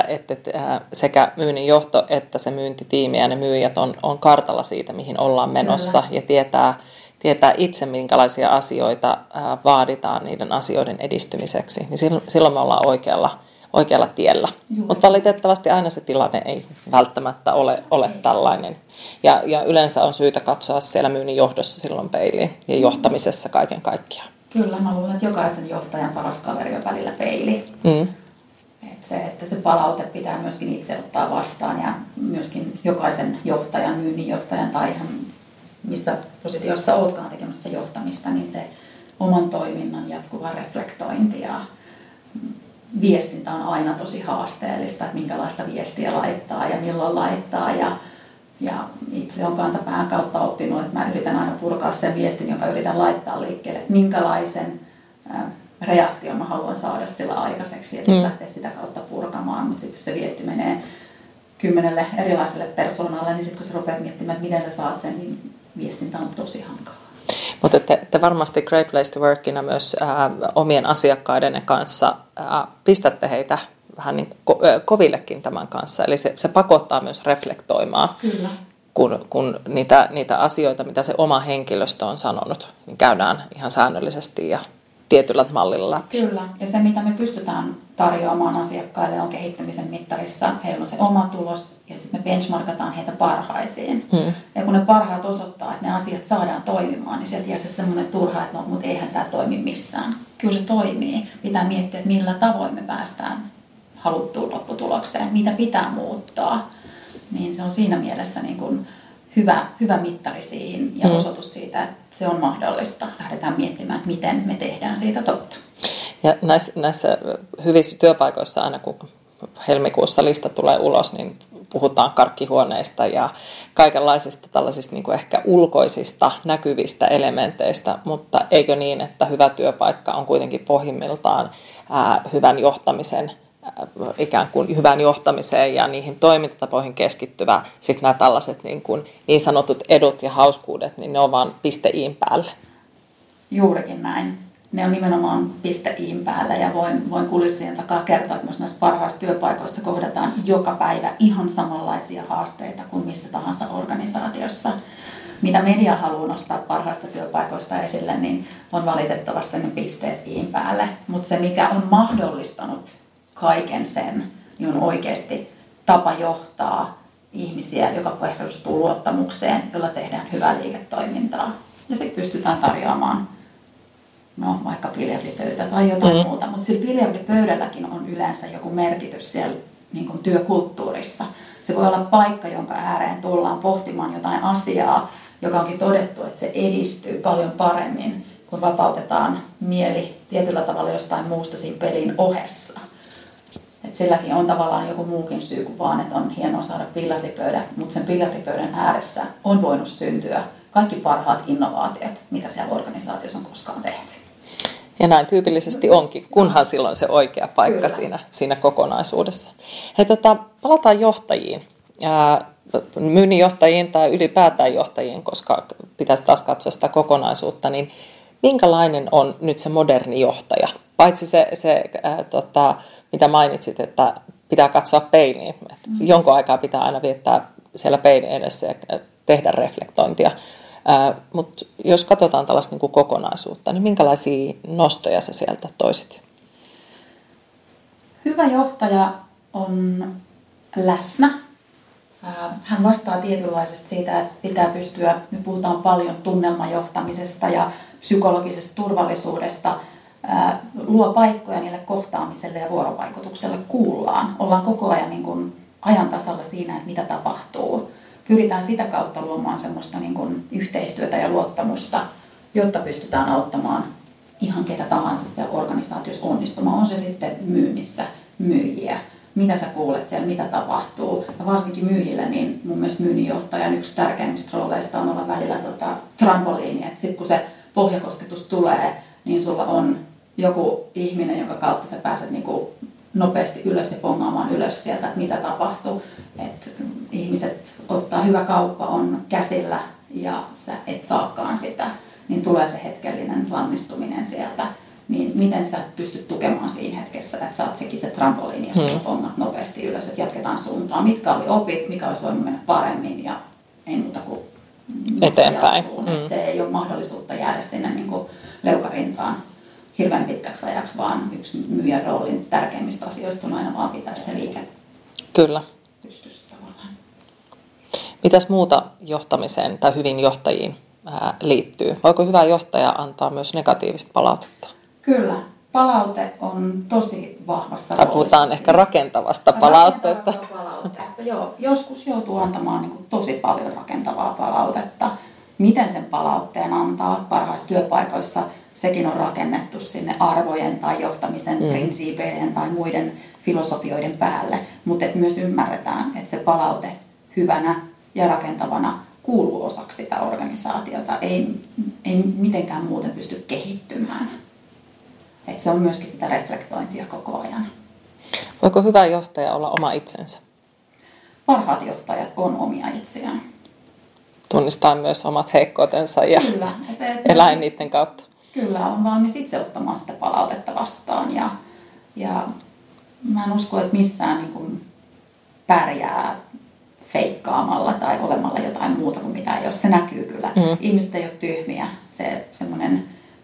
sekä myynnin johto että se myyntitiimi ja ne myyjät on kartalla siitä, mihin ollaan menossa. Kyllä. Ja tietää itse, minkälaisia asioita vaaditaan niiden asioiden edistymiseksi, niin silloin me ollaan oikealla tiellä. Mutta valitettavasti aina se tilanne ei välttämättä ole tällainen. Ja yleensä on syytä katsoa siellä myynnin johdossa silloin peiliin ja johtamisessa kaiken kaikkiaan. Kyllä, mä luulen, että jokaisen johtajan paras kaveri on välillä peili. Että se palaute pitää myöskin itse ottaa vastaan ja myöskin jokaisen johtajan, myynnin johtajan tai ihan missä positiossa oletkaan tekemässä johtamista, niin se oman toiminnan jatkuva reflektointi ja viestintä on aina tosi haasteellista, että minkälaista viestiä laittaa ja milloin laittaa. Ja itse olen kantapään kautta oppinut, että mä yritän aina purkaa sen viestin, jonka yritän laittaa liikkeelle, että minkälaisen reaktion mä haluan saada sillä aikaiseksi ja sitten lähteä sitä kautta purkamaan. Mutta sitten jos se viesti menee 10 erilaiselle persoonalle, niin sitten kun sä rupeat miettimään, että miten sä saat sen, niin viestintä on tosi hankalaa. Mutta te varmasti Great Place to Workina myös omien asiakkaidenne kanssa pistätte heitä vähän niin kuin kovillekin tämän kanssa. Eli se pakottaa myös reflektoimaan. Kyllä. Kun niitä asioita, mitä se oma henkilöstö on sanonut, niin käydään ihan säännöllisesti ja tietyllä mallilla läpi. Kyllä, ja se mitä me pystytään tarjoamaan asiakkaille on kehittymisen mittarissa. Heillä on se oma tulos ja sitten me benchmarkataan heitä parhaisiin. Ja kun ne parhaat osoittaa, että ne asiat saadaan toimimaan, niin sieltä jää se semmoinen turha, että no, mutta eihän tämä toimi missään. Kyllä se toimii. Pitää miettiä, että millä tavoin me päästään haluttuun lopputulokseen, mitä pitää muuttaa. Niin se on siinä mielessä niin kuin hyvä mittari siihen ja osoitus siitä, että se on mahdollista. Lähdetään miettimään, että miten me tehdään siitä totta. Ja näissä hyvissä työpaikoissa aina kun helmikuussa lista tulee ulos, niin puhutaan karkkihuoneista ja kaikenlaisista tällaisista niin kuin ehkä ulkoisista näkyvistä elementeistä, mutta eikö niin, että hyvä työpaikka on kuitenkin pohjimmiltaan hyvän johtamisen ikään kuin hyvään johtamiseen ja niihin toimintatapoihin keskittyvä. Sitten nämä tällaiset niin sanotut edut ja hauskuudet, niin ne on vaan piste iin päälle. Juurikin näin. Ne on nimenomaan piste iin päälle ja voin kulissien takaa kertoa, että myös näissä parhaissa työpaikoissa kohdataan joka päivä ihan samanlaisia haasteita kuin missä tahansa organisaatiossa. Mitä media haluaa nostaa parhaista työpaikoista esille, niin on valitettavasti ne pisteet iin päälle. Mutta se, mikä on mahdollistanut kaiken sen, niin on oikeasti tapa johtaa ihmisiä, joka perustuu luottamukseen, jolla tehdään hyvää liiketoimintaa. Ja sitten pystytään tarjoamaan vaikka biljardipöytä tai jotain muuta. Mutta sillä biljardipöydälläkin on yleensä joku merkitys siellä niin kuin työkulttuurissa. Se voi olla paikka, jonka ääreen tullaan pohtimaan jotain asiaa, joka onkin todettu, että se edistyy paljon paremmin, kun vapautetaan mieli tietyllä tavalla jostain muusta siinä pelin ohessa. Et silläkin on tavallaan joku muukin syy kuin vaan, että on hienoa saada biljardipöydä, mutta sen biljardipöydän ääressä on voinut syntyä kaikki parhaat innovaatiot, mitä siellä organisaatiossa on koskaan tehty. Ja näin tyypillisesti onkin, kunhan silloin se oikea paikka siinä kokonaisuudessa. Hei, palataan johtajiin, myynnin johtajiin tai ylipäätään johtajiin, koska pitäisi taas katsoa sitä kokonaisuutta, niin minkälainen on nyt se moderni johtaja? Paitsi mitä mainitsit, että pitää katsoa peiliin. Jonkun aikaa pitää aina viettää siellä peilin edessä ja tehdä reflektointia. Mutta jos katsotaan tällaista niin kuin kokonaisuutta, niin minkälaisia nostoja sä sieltä toisit? Hyvä johtaja on läsnä. Hän vastaa tietynlaisesti siitä, että pitää pystyä, me puhutaan paljon tunnelmajohtamisesta ja psykologisesta turvallisuudesta, luo paikkoja niille kohtaamiselle ja vuorovaikutukselle, kuullaan. Ollaan koko ajan niin kuin ajan tasalla siinä, että mitä tapahtuu. Pyritään sitä kautta luomaan semmoista niin kuin yhteistyötä ja luottamusta, jotta pystytään auttamaan ihan ketä tahansa siellä organisaatiossa onnistumaan. On se sitten myynnissä myyjiä. Mitä sä kuulet siellä, mitä tapahtuu. Ja varsinkin myyjille, niin mun mielestä myynninjohtajan yksi tärkeimmistä rooleista on olla välillä trampoliini. Että sitten kun se pohjakosketus tulee, niin sulla on joku ihminen, jonka kautta sä pääset niin kuin nopeasti ylös ja pongaamaan ylös sieltä, että mitä tapahtuu. Että ihmiset ottaa hyvä kauppa on käsillä ja sä et saakaan sitä, niin tulee se hetkellinen lannistuminen sieltä. Niin miten sä pystyt tukemaan siinä hetkessä, että saat sekin se trampoliini, josta sä pongat nopeasti ylös, että jatketaan suuntaan. Mitkä oli opit, mikä olisi voinut mennä paremmin ja ei muuta kuin eteenpäin. Se ei ole mahdollisuutta jäädä sinne niin kuin leukarintaan hirveän pitkäksi ajaksi, vaan yksi myyjän roolin tärkeimmistä asioista on aina vaan pitää sitä liike. Kyllä. Pystyssä tavallaan. Mitäs muuta johtamiseen tai hyvin johtajiin liittyy? Voiko hyvä johtaja antaa myös negatiivista palautetta? Kyllä. Palaute on tosi vahvassa roolissa. Puhutaan ehkä rakentavasta palautteesta. Joo, joskus joutuu antamaan niin kuin tosi paljon rakentavaa palautetta. Miten sen palautteen antaa parhaissa työpaikoissa? Sekin on rakennettu sinne arvojen tai johtamisen prinsiipeiden tai muiden filosofioiden päälle. Mutta myös ymmärretään, että se palaute hyvänä ja rakentavana kuuluu osaksi sitä organisaatiota. Ei mitenkään muuten pysty kehittymään. Että se on myöskin sitä reflektointia koko ajan. Voiko hyvä johtaja olla oma itsensä? Parhaat johtajat on omia itseään. Tunnistaa myös omat heikkoutensa ja Kyllä. elää niiden kautta. Kyllä, on valmis itse ottamaan sitä palautetta vastaan. Ja mä en usko, että missään niin kuin pärjää feikkaamalla tai olemalla jotain muuta kuin mitä, jos se näkyy kyllä. Ihmiset ei ole tyhmiä. Se semmoinen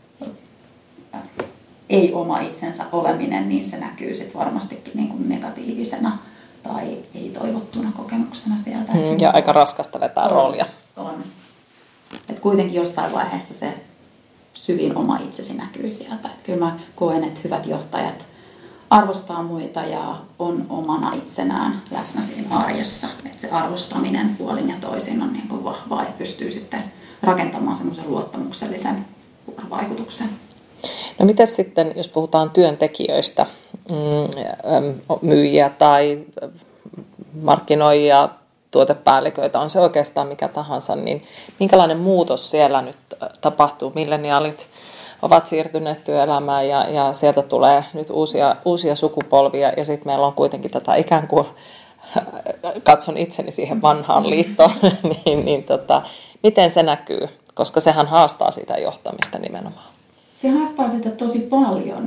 ei oma itsensä oleminen, niin se näkyy sitten varmastikin niin kuin negatiivisena tai ei toivottuna kokemuksena sieltä. Ja aika raskasta vetää roolia. On. Et kuitenkin jossain vaiheessa se syvin oma itsesi näkyy sieltä. Et kyllä mä koen, että hyvät johtajat arvostaa muita ja on omana itsenään läsnä siinä arjessa. Että se arvostaminen puolin ja toisin on niin kuin vahvaa ja pystyy sitten rakentamaan semmoisen luottamuksellisen vaikutuksen. No miten sitten, jos puhutaan työntekijöistä, myyjiä tai markkinoijia, tuotepäälliköitä, on se oikeastaan mikä tahansa, niin minkälainen muutos siellä nyt tapahtuu? Milleniaalit ovat siirtyneet työelämään ja sieltä tulee nyt uusia sukupolvia ja sitten meillä on kuitenkin tätä ikään kuin, katson itseni siihen vanhaan liittoon, miten se näkyy? Koska sehän haastaa sitä johtamista nimenomaan. Se haastaa sitä tosi paljon.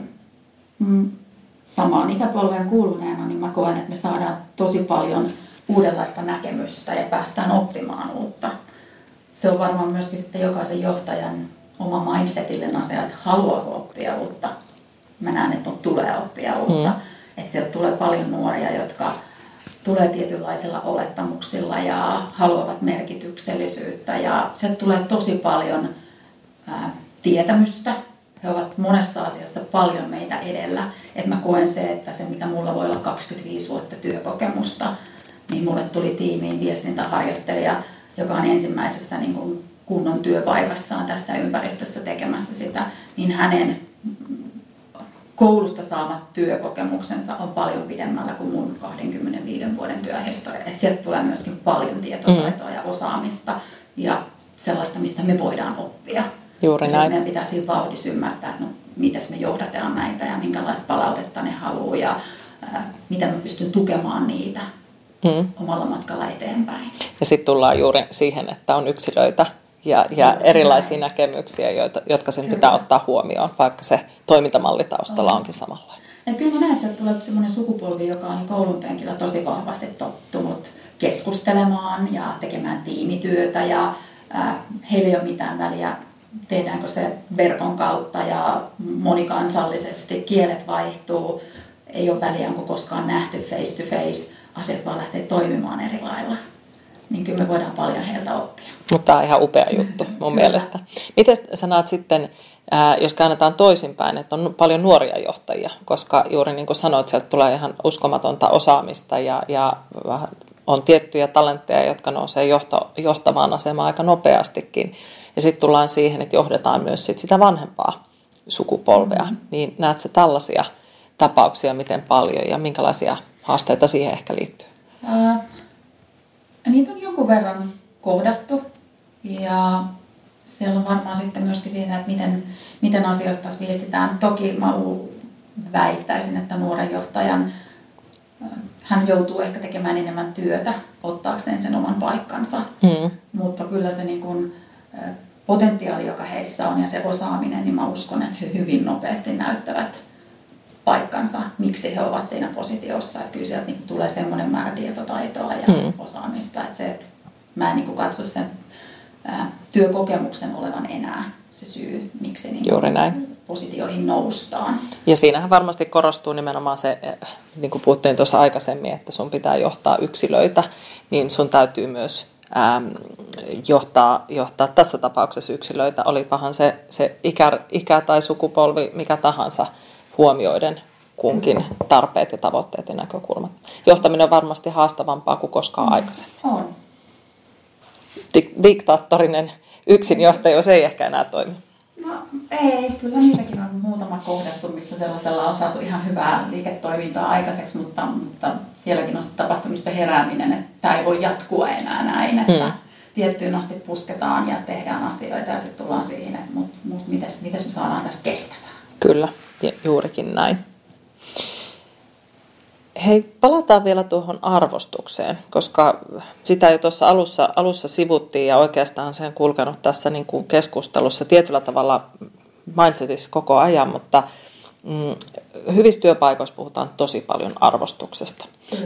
Samaan ikäpolveen kuuluneena, niin mä koen, että me saadaan tosi paljon uudenlaista näkemystä ja päästään oppimaan uutta. Se on varmaan myöskin sitten jokaisen johtajan oma mindsetillinen asia, että haluaako oppia uutta. Mä näen, että tulee oppia uutta. Että sieltä tulee paljon nuoria, jotka tulee tietynlaisilla olettamuksilla ja haluavat merkityksellisyyttä. Ja sieltä tulee tosi paljon tietämystä. He ovat monessa asiassa paljon meitä edellä. Että mä koen se, että se mikä mulla voi olla 25 vuotta työkokemusta, niin mulle tuli tiimiin viestintäharjoittelija, joka on ensimmäisessä niin kuin kunnon työpaikassaan tässä ympäristössä tekemässä sitä, niin hänen koulusta saamat työkokemuksensa on paljon pidemmällä kuin mun 25 vuoden työhistoria. Että sieltä tulee myöskin paljon tietotaitoa ja osaamista ja sellaista, mistä me voidaan oppia. Juuri näin. Meidän pitää siinä vauhdissa ymmärtää, että miten me johdataan näitä ja minkälaista palautetta ne haluaa ja miten mä pystyn tukemaan niitä omalla matkalla eteenpäin. Ja sitten tullaan juuri siihen, että on yksilöitä ja erilaisia näkemyksiä, jotka sen pitää ottaa huomioon, vaikka se toimintamalli taustalla onkin samanlainen. Et kyllä mä näen, että sieltä tulee sellainen sukupolvi, joka on koulun penkillä tosi vahvasti tottunut keskustelemaan ja tekemään tiimityötä ja heillä ei ole mitään väliä, tehdäänkö se verkon kautta ja monikansallisesti, kielet vaihtuu, ei ole väliä, onko koskaan nähty face to face, asiat vaan lähtee toimimaan eri lailla. Niin kyllä me voidaan paljon heiltä oppia. Mutta tämä on ihan upea juttu mun mielestä. Miten sä näet sitten, jos käännetään toisinpäin, että on paljon nuoria johtajia, koska juuri niin kuin sanoit, sieltä tulee ihan uskomatonta osaamista ja on tiettyjä talentteja, jotka nousee johtavaan asemaan aika nopeastikin. Ja sitten tullaan siihen, että johdetaan myös sitä vanhempaa sukupolvea. Niin näet sä tällaisia tapauksia miten paljon ja minkälaisia haasteita siihen ehkä liittyy? Niitä on jonkun verran kohdattu ja siellä on varmaan sitten myöskin siinä, että miten asioista taas viestitään. Toki mä väittäisin, että nuoren johtajan hän joutuu ehkä tekemään enemmän työtä ottaakseen sen oman paikkansa, mutta kyllä se niin kuin potentiaali, joka heissä on ja se osaaminen, niin mä uskon, että he hyvin nopeasti näyttävät paikkansa, miksi he ovat siinä positiossa. Että kyllä sieltä niin tulee semmoinen määrä tietotaitoa ja osaamista, että se, että mä en niin katso sen työkokemuksen olevan enää se syy, miksi niin positioihin noustaan. Ja siinähän varmasti korostuu nimenomaan se, niin kuin puhuttiin tuossa aikaisemmin, että sun pitää johtaa yksilöitä, niin sun täytyy myös johtaa tässä tapauksessa yksilöitä, olipahan se ikä tai sukupolvi, mikä tahansa, huomioiden kunkin tarpeet ja tavoitteet ja näkökulmat. Johtaminen on varmasti haastavampaa kuin koskaan aikaisemmin. On. Diktaattorinen yksinjohtajuus ei ehkä enää toimi. No ei, kyllä niitäkin on muutama kohdattu, missä sellaisella on saatu ihan hyvää liiketoimintaa aikaiseksi, mutta sielläkin on tapahtunut se herääminen, että tämä ei voi jatkua enää näin, että tiettyyn asti pusketaan ja tehdään asioita ja sitten tullaan siihen, että miten me saadaan tästä kestävää. Kyllä, juurikin näin. Hei, palataan vielä tuohon arvostukseen, koska sitä jo tuossa alussa sivuttiin ja oikeastaan se on kulkenut tässä niin kuin keskustelussa tietyllä tavalla mindsetissä koko ajan, mutta hyvissä työpaikoissa puhutaan tosi paljon arvostuksesta.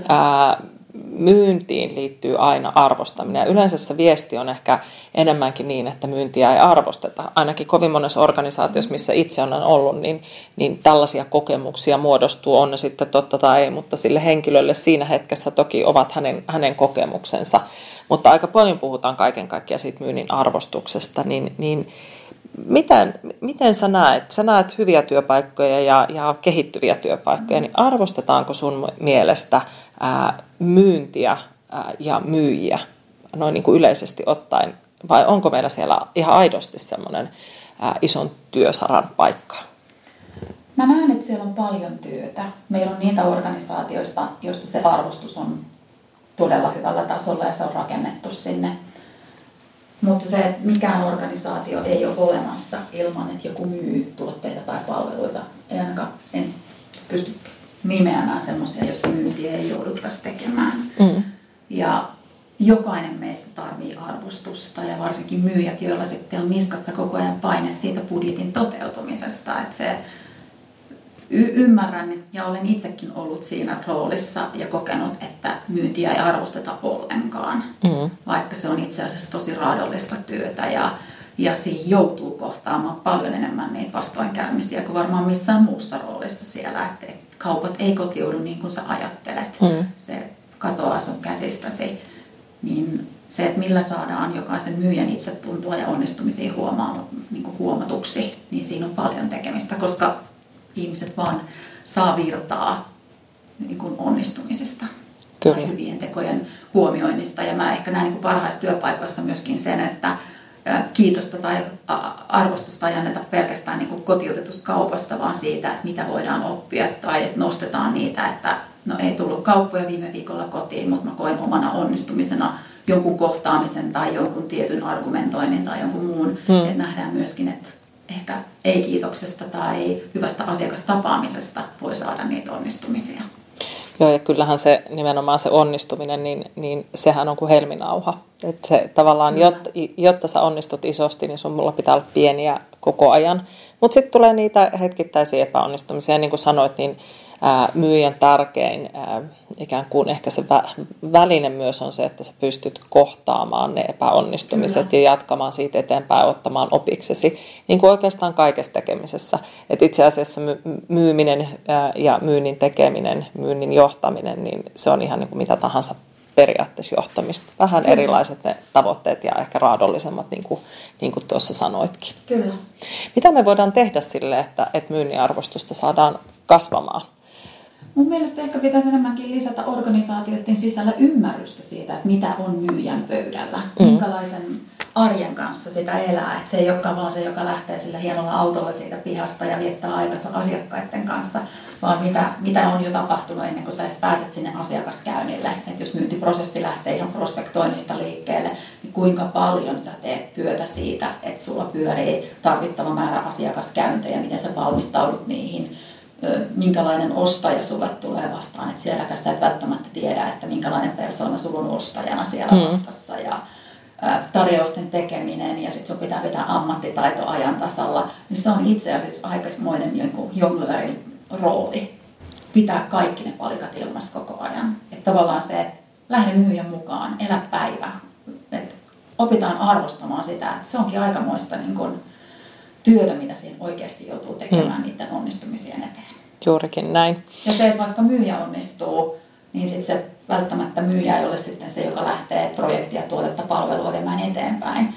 Myyntiin liittyy aina arvostaminen ja yleensä se viesti on ehkä enemmänkin niin, että myyntiä ei arvosteta. Ainakin kovin monessa organisaatiossa, missä itse olen ollut, niin tällaisia kokemuksia muodostuu, on ne sitten totta tai ei, mutta sille henkilölle siinä hetkessä toki ovat hänen kokemuksensa. Mutta aika paljon puhutaan kaiken kaikkiaan siitä myynnin arvostuksesta, niin miten sä näet? Sä näet hyviä työpaikkoja ja kehittyviä työpaikkoja, niin arvostetaanko sun mielestä myyntiä ja myyjiä noin niin kuin yleisesti ottaen, vai onko meillä siellä ihan aidosti semmoinen ison työsaran paikka? Mä näen, että siellä on paljon työtä. Meillä on niitä organisaatioista, joissa se arvostus on todella hyvällä tasolla ja se on rakennettu sinne. Mutta se, että mikään organisaatio ei ole olemassa ilman, että joku myy tuotteita tai palveluita. En pysty nimeämään semmoisia, joissa myyntiä ei jouduttaisi tekemään. Ja jokainen meistä tarvitsee arvostusta ja varsinkin myyjät, joilla sitten on niskassa koko ajan paine siitä budjetin toteutumisesta. Että se ymmärrän ja olen itsekin ollut siinä roolissa ja kokenut, että myyntiä ei arvosteta ollenkaan, vaikka se on itse asiassa tosi raadollista työtä ja siinä joutuu kohtaamaan paljon enemmän niitä vastoinkäymisiä kuin varmaan missään muussa roolissa siellä, että kaupat ei kotiudu niin kuin sä ajattelet, se katoaa sun käsistäsi, niin se, että millä saadaan jokaisen myyjän itsetuntoa ja onnistumisia huomatuksi, niin siinä on paljon tekemistä, koska ihmiset vaan saa virtaa niin kuin onnistumisesta tai hyvien tekojen huomioinnista. Ja mä ehkä näen niin kuin parhaissa työpaikoissa myöskin sen, että kiitosta tai arvostusta ei anneta pelkästään niin kuin kotiutetusta kaupasta, vaan siitä, että mitä voidaan oppia tai että nostetaan niitä, että no ei tullut kauppoja viime viikolla kotiin, mutta mä koin omana onnistumisena jonkun kohtaamisen tai jonkun tietyn argumentoinnin tai jonkun muun, että nähdään myöskin, että ehkä ei-kiitoksesta tai hyvästä asiakastapaamisesta voi saada niitä onnistumisia. Joo, ja kyllähän se nimenomaan se onnistuminen, niin sehän on kuin helminauha. Että se tavallaan, jotta sä onnistut isosti, niin sun mulla pitää olla pieniä koko ajan. Mutta sitten tulee niitä hetkittäisiä epäonnistumisia. Niin kuin sanoit, niin myyjän tärkein ikään kuin ehkä se väline myös on se, että sä pystyt kohtaamaan ne epäonnistumiset ja jatkamaan siitä eteenpäin, ottamaan opiksesi, niin kuin oikeastaan kaikessa tekemisessä. Et itse asiassa myyminen ja myynnin tekeminen, myynnin johtaminen, niin se on ihan niin kuin mitä tahansa periaatteessa johtamista. Vähän erilaiset ne tavoitteet ja ehkä raadollisemmat, niin kuin tuossa sanoitkin. Kyllä. Mitä me voidaan tehdä sille, että myynnin arvostusta saadaan kasvamaan? Mun mielestä ehkä pitäisi enemmänkin lisätä organisaatioiden sisällä ymmärrystä siitä, että mitä on myyjän pöydällä. Minkälaisen arjen kanssa sitä elää. Että se ei olekaan vaan se, joka lähtee sillä hienolla autolla siitä pihasta ja viettää aikansa asiakkaiden kanssa, vaan mitä on jo tapahtunut ennen kuin sä edes pääset sinne asiakaskäynnille. Että jos myyntiprosessi lähtee ihan prospektoinnista liikkeelle, niin kuinka paljon sä teet työtä siitä, että sulla pyörii tarvittava määrä asiakaskäyntejä, miten sä valmistaudut niihin, minkälainen ostaja sulle tulee vastaan, että sielläkään sä et välttämättä tiedä, että minkälainen persoona sulla on ostajana siellä vastassa ja tarjousten tekeminen ja sitten sun pitää pitää ammattitaito ajan tasalla, niin se on itse asiassa aikaismoinen jonglöörin rooli. Pitää kaikki ne palikat ilmassa koko ajan. Että tavallaan se, että lähde myyjän mukaan, elä päivä, että opitaan arvostamaan sitä, että se onkin aikamoista niin kuin työtä, mitä siinä oikeasti joutuu tekemään niiden onnistumisien eteen. Juurikin näin. Ja se, että vaikka myyjä onnistuu, niin sitten se välttämättä myyjä ei ole sitten se, joka lähtee projektia, tuotetta, palvelua viemään eteenpäin.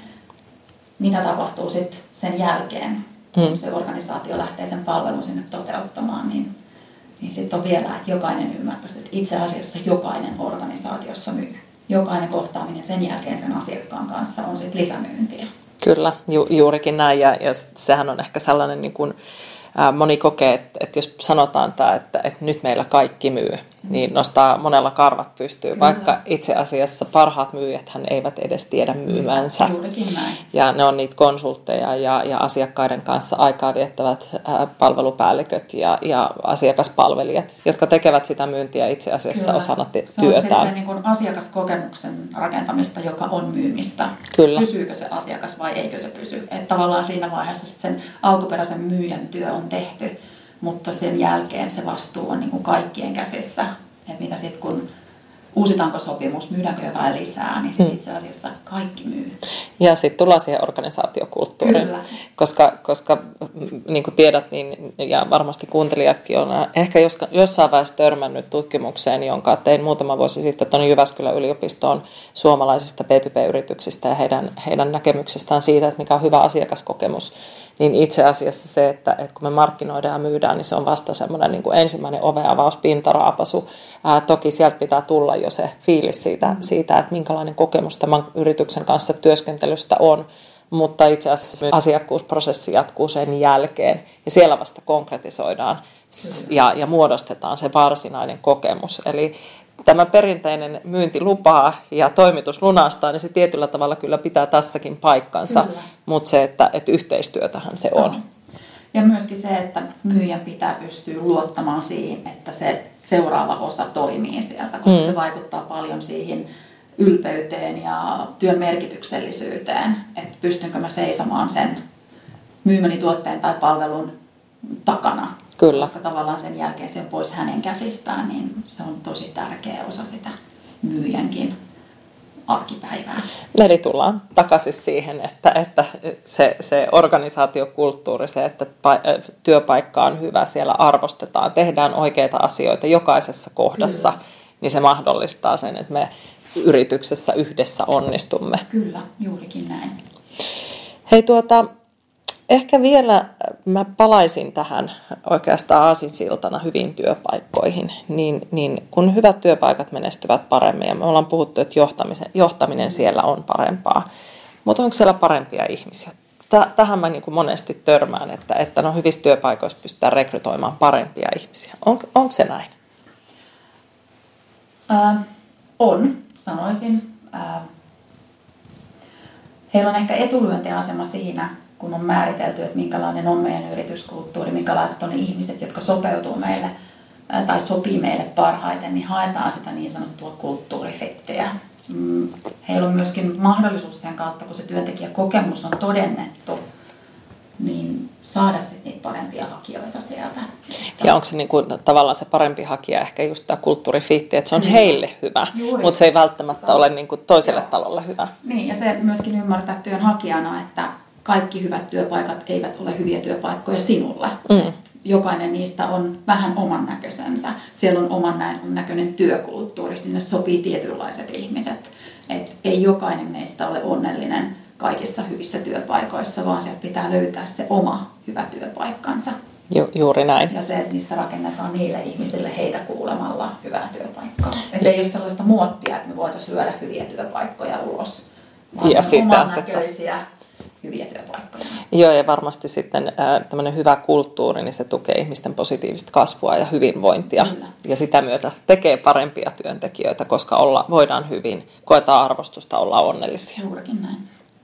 Mitä tapahtuu sitten sen jälkeen, kun se organisaatio lähtee sen palvelun sinne toteuttamaan, niin sitten on vielä, että jokainen ymmärtäisi, että itse asiassa jokainen organisaatiossa myy. Jokainen kohtaaminen sen jälkeen sen asiakkaan kanssa on sitten lisämyyntiä. Kyllä, juurikin näin. Ja sehän on ehkä sellainen, niin kuin moni kokee, että jos sanotaan tämä, että nyt meillä kaikki myy, niin nostaa monella karvat pystyyn, Kyllä. vaikka itse asiassa parhaat myyjäthän eivät edes tiedä myymänsä. Juurikin näin. Ja ne on niitä konsultteja ja asiakkaiden kanssa aikaa viettävät palvelupäälliköt ja asiakaspalvelijat, jotka tekevät sitä myyntiä itse asiassa Kyllä. osana työtään. Se on työtään. se niin kuin asiakaskokemuksen rakentamista, joka on myymistä. Kyllä. Pysyykö se asiakas vai eikö se pysy? Että tavallaan siinä vaiheessa sen alkuperäisen myyjän työ on tehty, mutta sen jälkeen se vastuu on niin kuin kaikkien käsissä. Että mitä sitten kun uusitaanko sopimus, myydäänkö jotain lisää, niin sit itse asiassa kaikki myy. Ja sitten tullaan siihen organisaatiokulttuuriin, Kyllä. koska niin kuin tiedät, niin, ja varmasti kuuntelijatkin on ehkä jossain vaiheessa törmännyt tutkimukseen, jonka tein muutama vuosi sitten tuonne Jyväskylän yliopistoon suomalaisista B2B-yrityksistä ja heidän näkemyksestään siitä, että mikä on hyvä asiakaskokemus. Niin itse asiassa se, että kun me markkinoidaan ja myydään, niin se on vasta semmoinen niin kuin ensimmäinen ovenavaus, pintaraapasu. Toki sieltä pitää tulla jo se fiilis siitä, että minkälainen kokemus tämän yrityksen kanssa työskentelystä on. Mutta itse asiassa asiakkuusprosessi jatkuu sen jälkeen ja siellä vasta konkretisoidaan ja muodostetaan se varsinainen kokemus. Eli tämä perinteinen myynti lupaa ja toimitus lunastaa, niin se tietyllä tavalla kyllä pitää tässäkin paikkansa, kyllä. Mutta se, että yhteistyötähän se on. Ja myöskin se, että myyjän pitää pystyä luottamaan siihen, että se seuraava osa toimii sieltä, koska se vaikuttaa paljon siihen ylpeyteen ja työn merkityksellisyyteen, että pystynkö mä seisomaan sen myymäni tuotteen tai palvelun takana. Kyllä. Koska tavallaan sen jälkeen se on pois hänen käsistään, niin se on tosi tärkeä osa sitä myyjänkin arkipäivää. Eli tullaan takaisin siihen, että se organisaatiokulttuuri, se, että työpaikka on hyvä, siellä arvostetaan, tehdään oikeita asioita jokaisessa kohdassa, kyllä. Niin se mahdollistaa sen, että me yrityksessä yhdessä onnistumme. Kyllä, juurikin näin. Hei ehkä vielä mä palaisin tähän oikeastaan aasinsiltana hyviin työpaikkoihin, niin kun hyvät työpaikat menestyvät paremmin, ja me ollaan puhuttu, että johtaminen siellä on parempaa, mutta onko siellä parempia ihmisiä? Tähän mä niin kuin monesti törmään, että no hyvissä työpaikoissa pystytään rekrytoimaan parempia ihmisiä. Onko se näin? On, sanoisin. Heillä on ehkä etulyöntiasema siinä, kun on määritelty, että minkälainen on meidän yrityskulttuuri, minkälaiset on ne ihmiset, jotka sopeutuu meille tai sopii meille parhaiten, niin haetaan sitä niin sanottua kulttuurifittiä. Heillä on myöskin mahdollisuus sen kautta, kun se työntekijäkokemus on todennettu, niin saada sitten niitä parempia hakijoita sieltä. Ja onko se niin kuin, tavallaan se parempi hakija ehkä just tämä kulttuurifitti, että se on heille hyvä, mutta se ei välttämättä ole niin kuin toiselle talolle hyvä. Niin, ja se myöskin ymmärtää työnhakijana, että kaikki hyvät työpaikat eivät ole hyviä työpaikkoja sinulle. Jokainen niistä on vähän oman näköisensä. Siellä on oman näköinen työkulttuuri, sinne sopii tietynlaiset ihmiset. Et ei jokainen meistä ole onnellinen kaikissa hyvissä työpaikoissa, vaan sieltä pitää löytää se oma hyvä työpaikkansa. Juuri näin. Ja se, että niistä rakennetaan niille ihmisille heitä kuulemalla hyvää työpaikkaa. Että ei ole sellaista muottia, että me voitaisiin lyödä hyviä työpaikkoja ulos, vaan ja oman näköisiä hyviä työpaikkoja. Joo, ja varmasti sitten tämmöinen hyvä kulttuuri, niin se tukee ihmisten positiivista kasvua ja hyvinvointia. Kyllä. Ja sitä myötä tekee parempia työntekijöitä, koska voidaan hyvin, koetaan arvostusta, olla onnellisia. Juurikin näin.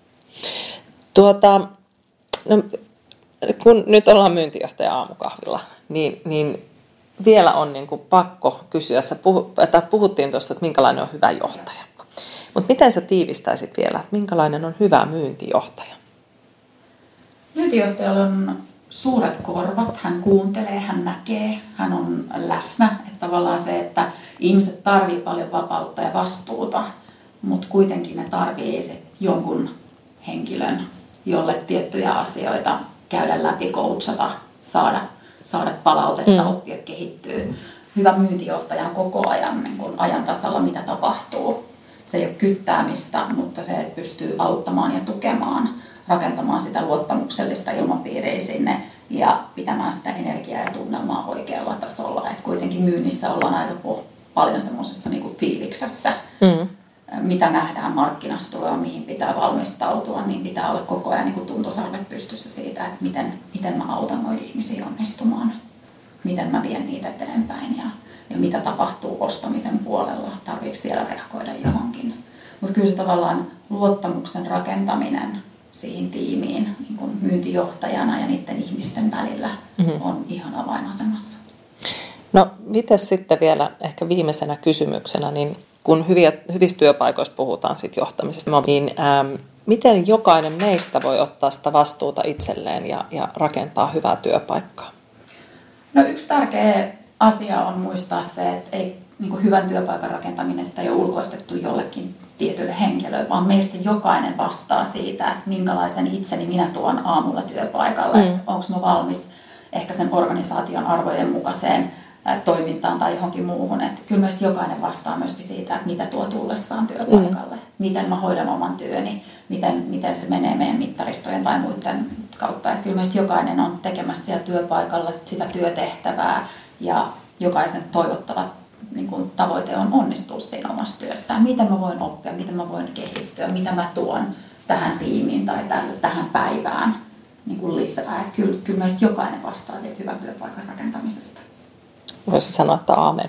No, kun nyt ollaan myyntijohtaja aamukahvilla, niin vielä on niin kuin pakko kysyä, puhuttiin tuossa, että minkälainen on hyvä johtaja. Mutta miten sä tiivistäisit vielä, että minkälainen on hyvä myyntijohtaja? Myyntijohtajalla on suuret korvat, hän kuuntelee, hän näkee, hän on läsnä. Että tavallaan se, että ihmiset tarvii paljon vapautta ja vastuuta, mutta kuitenkin ne tarvii jonkun henkilön, jolle tiettyjä asioita käydä läpi, coachata, saada palautetta, oppia kehittyä. Hyvä myyntijohtaja on koko ajan niin kun ajan tasalla, mitä tapahtuu. Se ei ole kyttäämistä, mutta se pystyy auttamaan ja tukemaan, rakentamaan sitä luottamuksellista ilmapiiriä sinne ja pitämään sitä energiaa ja tunnelmaa oikealla tasolla. Et kuitenkin myynnissä ollaan aika paljon semmoisessa niin kuin fiiliksessä, mitä nähdään markkinassa tulee, mihin pitää valmistautua, niin pitää olla koko ajan niin kuin tuntosarvet pystyssä siitä, että miten mä autan noita ihmisiä onnistumaan, miten mä vien niitä eteenpäin ja ja mitä tapahtuu ostamisen puolella, tarviiko siellä reagoida johonkin. Mutta kyllä se tavallaan luottamuksen rakentaminen siihen tiimiin niin kuin myyntijohtajana ja niiden ihmisten välillä on ihan avainasemassa. No, miten sitten vielä ehkä viimeisenä kysymyksenä, niin kun hyvissä työpaikoissa puhutaan sit johtamisesta, niin miten jokainen meistä voi ottaa sitä vastuuta itselleen ja rakentaa hyvää työpaikkaa? No, yksi tärkeä asia on muistaa se, että ei niin kuin hyvän työpaikan rakentaminen sitä ei ole ulkoistettu jollekin tietylle henkilölle, vaan meistä jokainen vastaa siitä, että minkälaisen itseni minä tuon aamulla työpaikalle. Onko mä valmis ehkä sen organisaation arvojen mukaiseen toimintaan tai johonkin muuhun. Että kyllä meistä jokainen vastaa myöskin siitä, että mitä tuo tullessaan työpaikalle. Miten mä hoidan oman työni, miten se menee meidän mittaristojen tai muiden kautta. Että kyllä meistä jokainen on tekemässä siellä työpaikalla sitä työtehtävää ja jokaisen toivottava niin kuin tavoite on onnistua siinä omassa työssään. Miten mä voin oppia, miten mä voin kehittyä, mitä mä tuon tähän tiimiin tai tähän päivään niin kuin lisää. Että kyllä meistä jokainen vastaa siitä hyvän työpaikan rakentamisesta. Voisin sanoa, että aamen.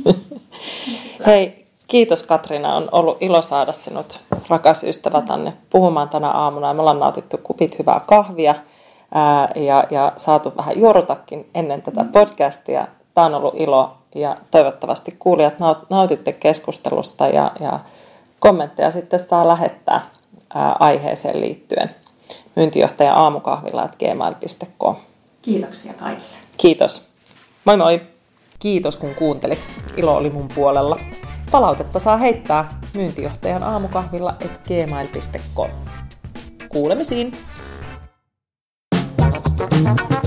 Hei, kiitos Katriina. On ollut ilo saada sinut, rakas ystävä, tänne puhumaan tänä aamuna. Me ollaan nautittu kupit hyvää kahvia ja saatu vähän juorutakin ennen tätä podcastia. Tämä on ollut ilo ja toivottavasti kuulijat nautitte keskustelusta ja kommentteja sitten saa lähettää aiheeseen liittyen myyntijohtaja-aamukahvila@gmail.com. Kiitoksia kaikille. Kiitos. Moi moi. Kiitos kun kuuntelit. Ilo oli mun puolella. Palautetta saa heittää myyntijohtajan aamukahvilla@gmail.com. Kuulemisiin.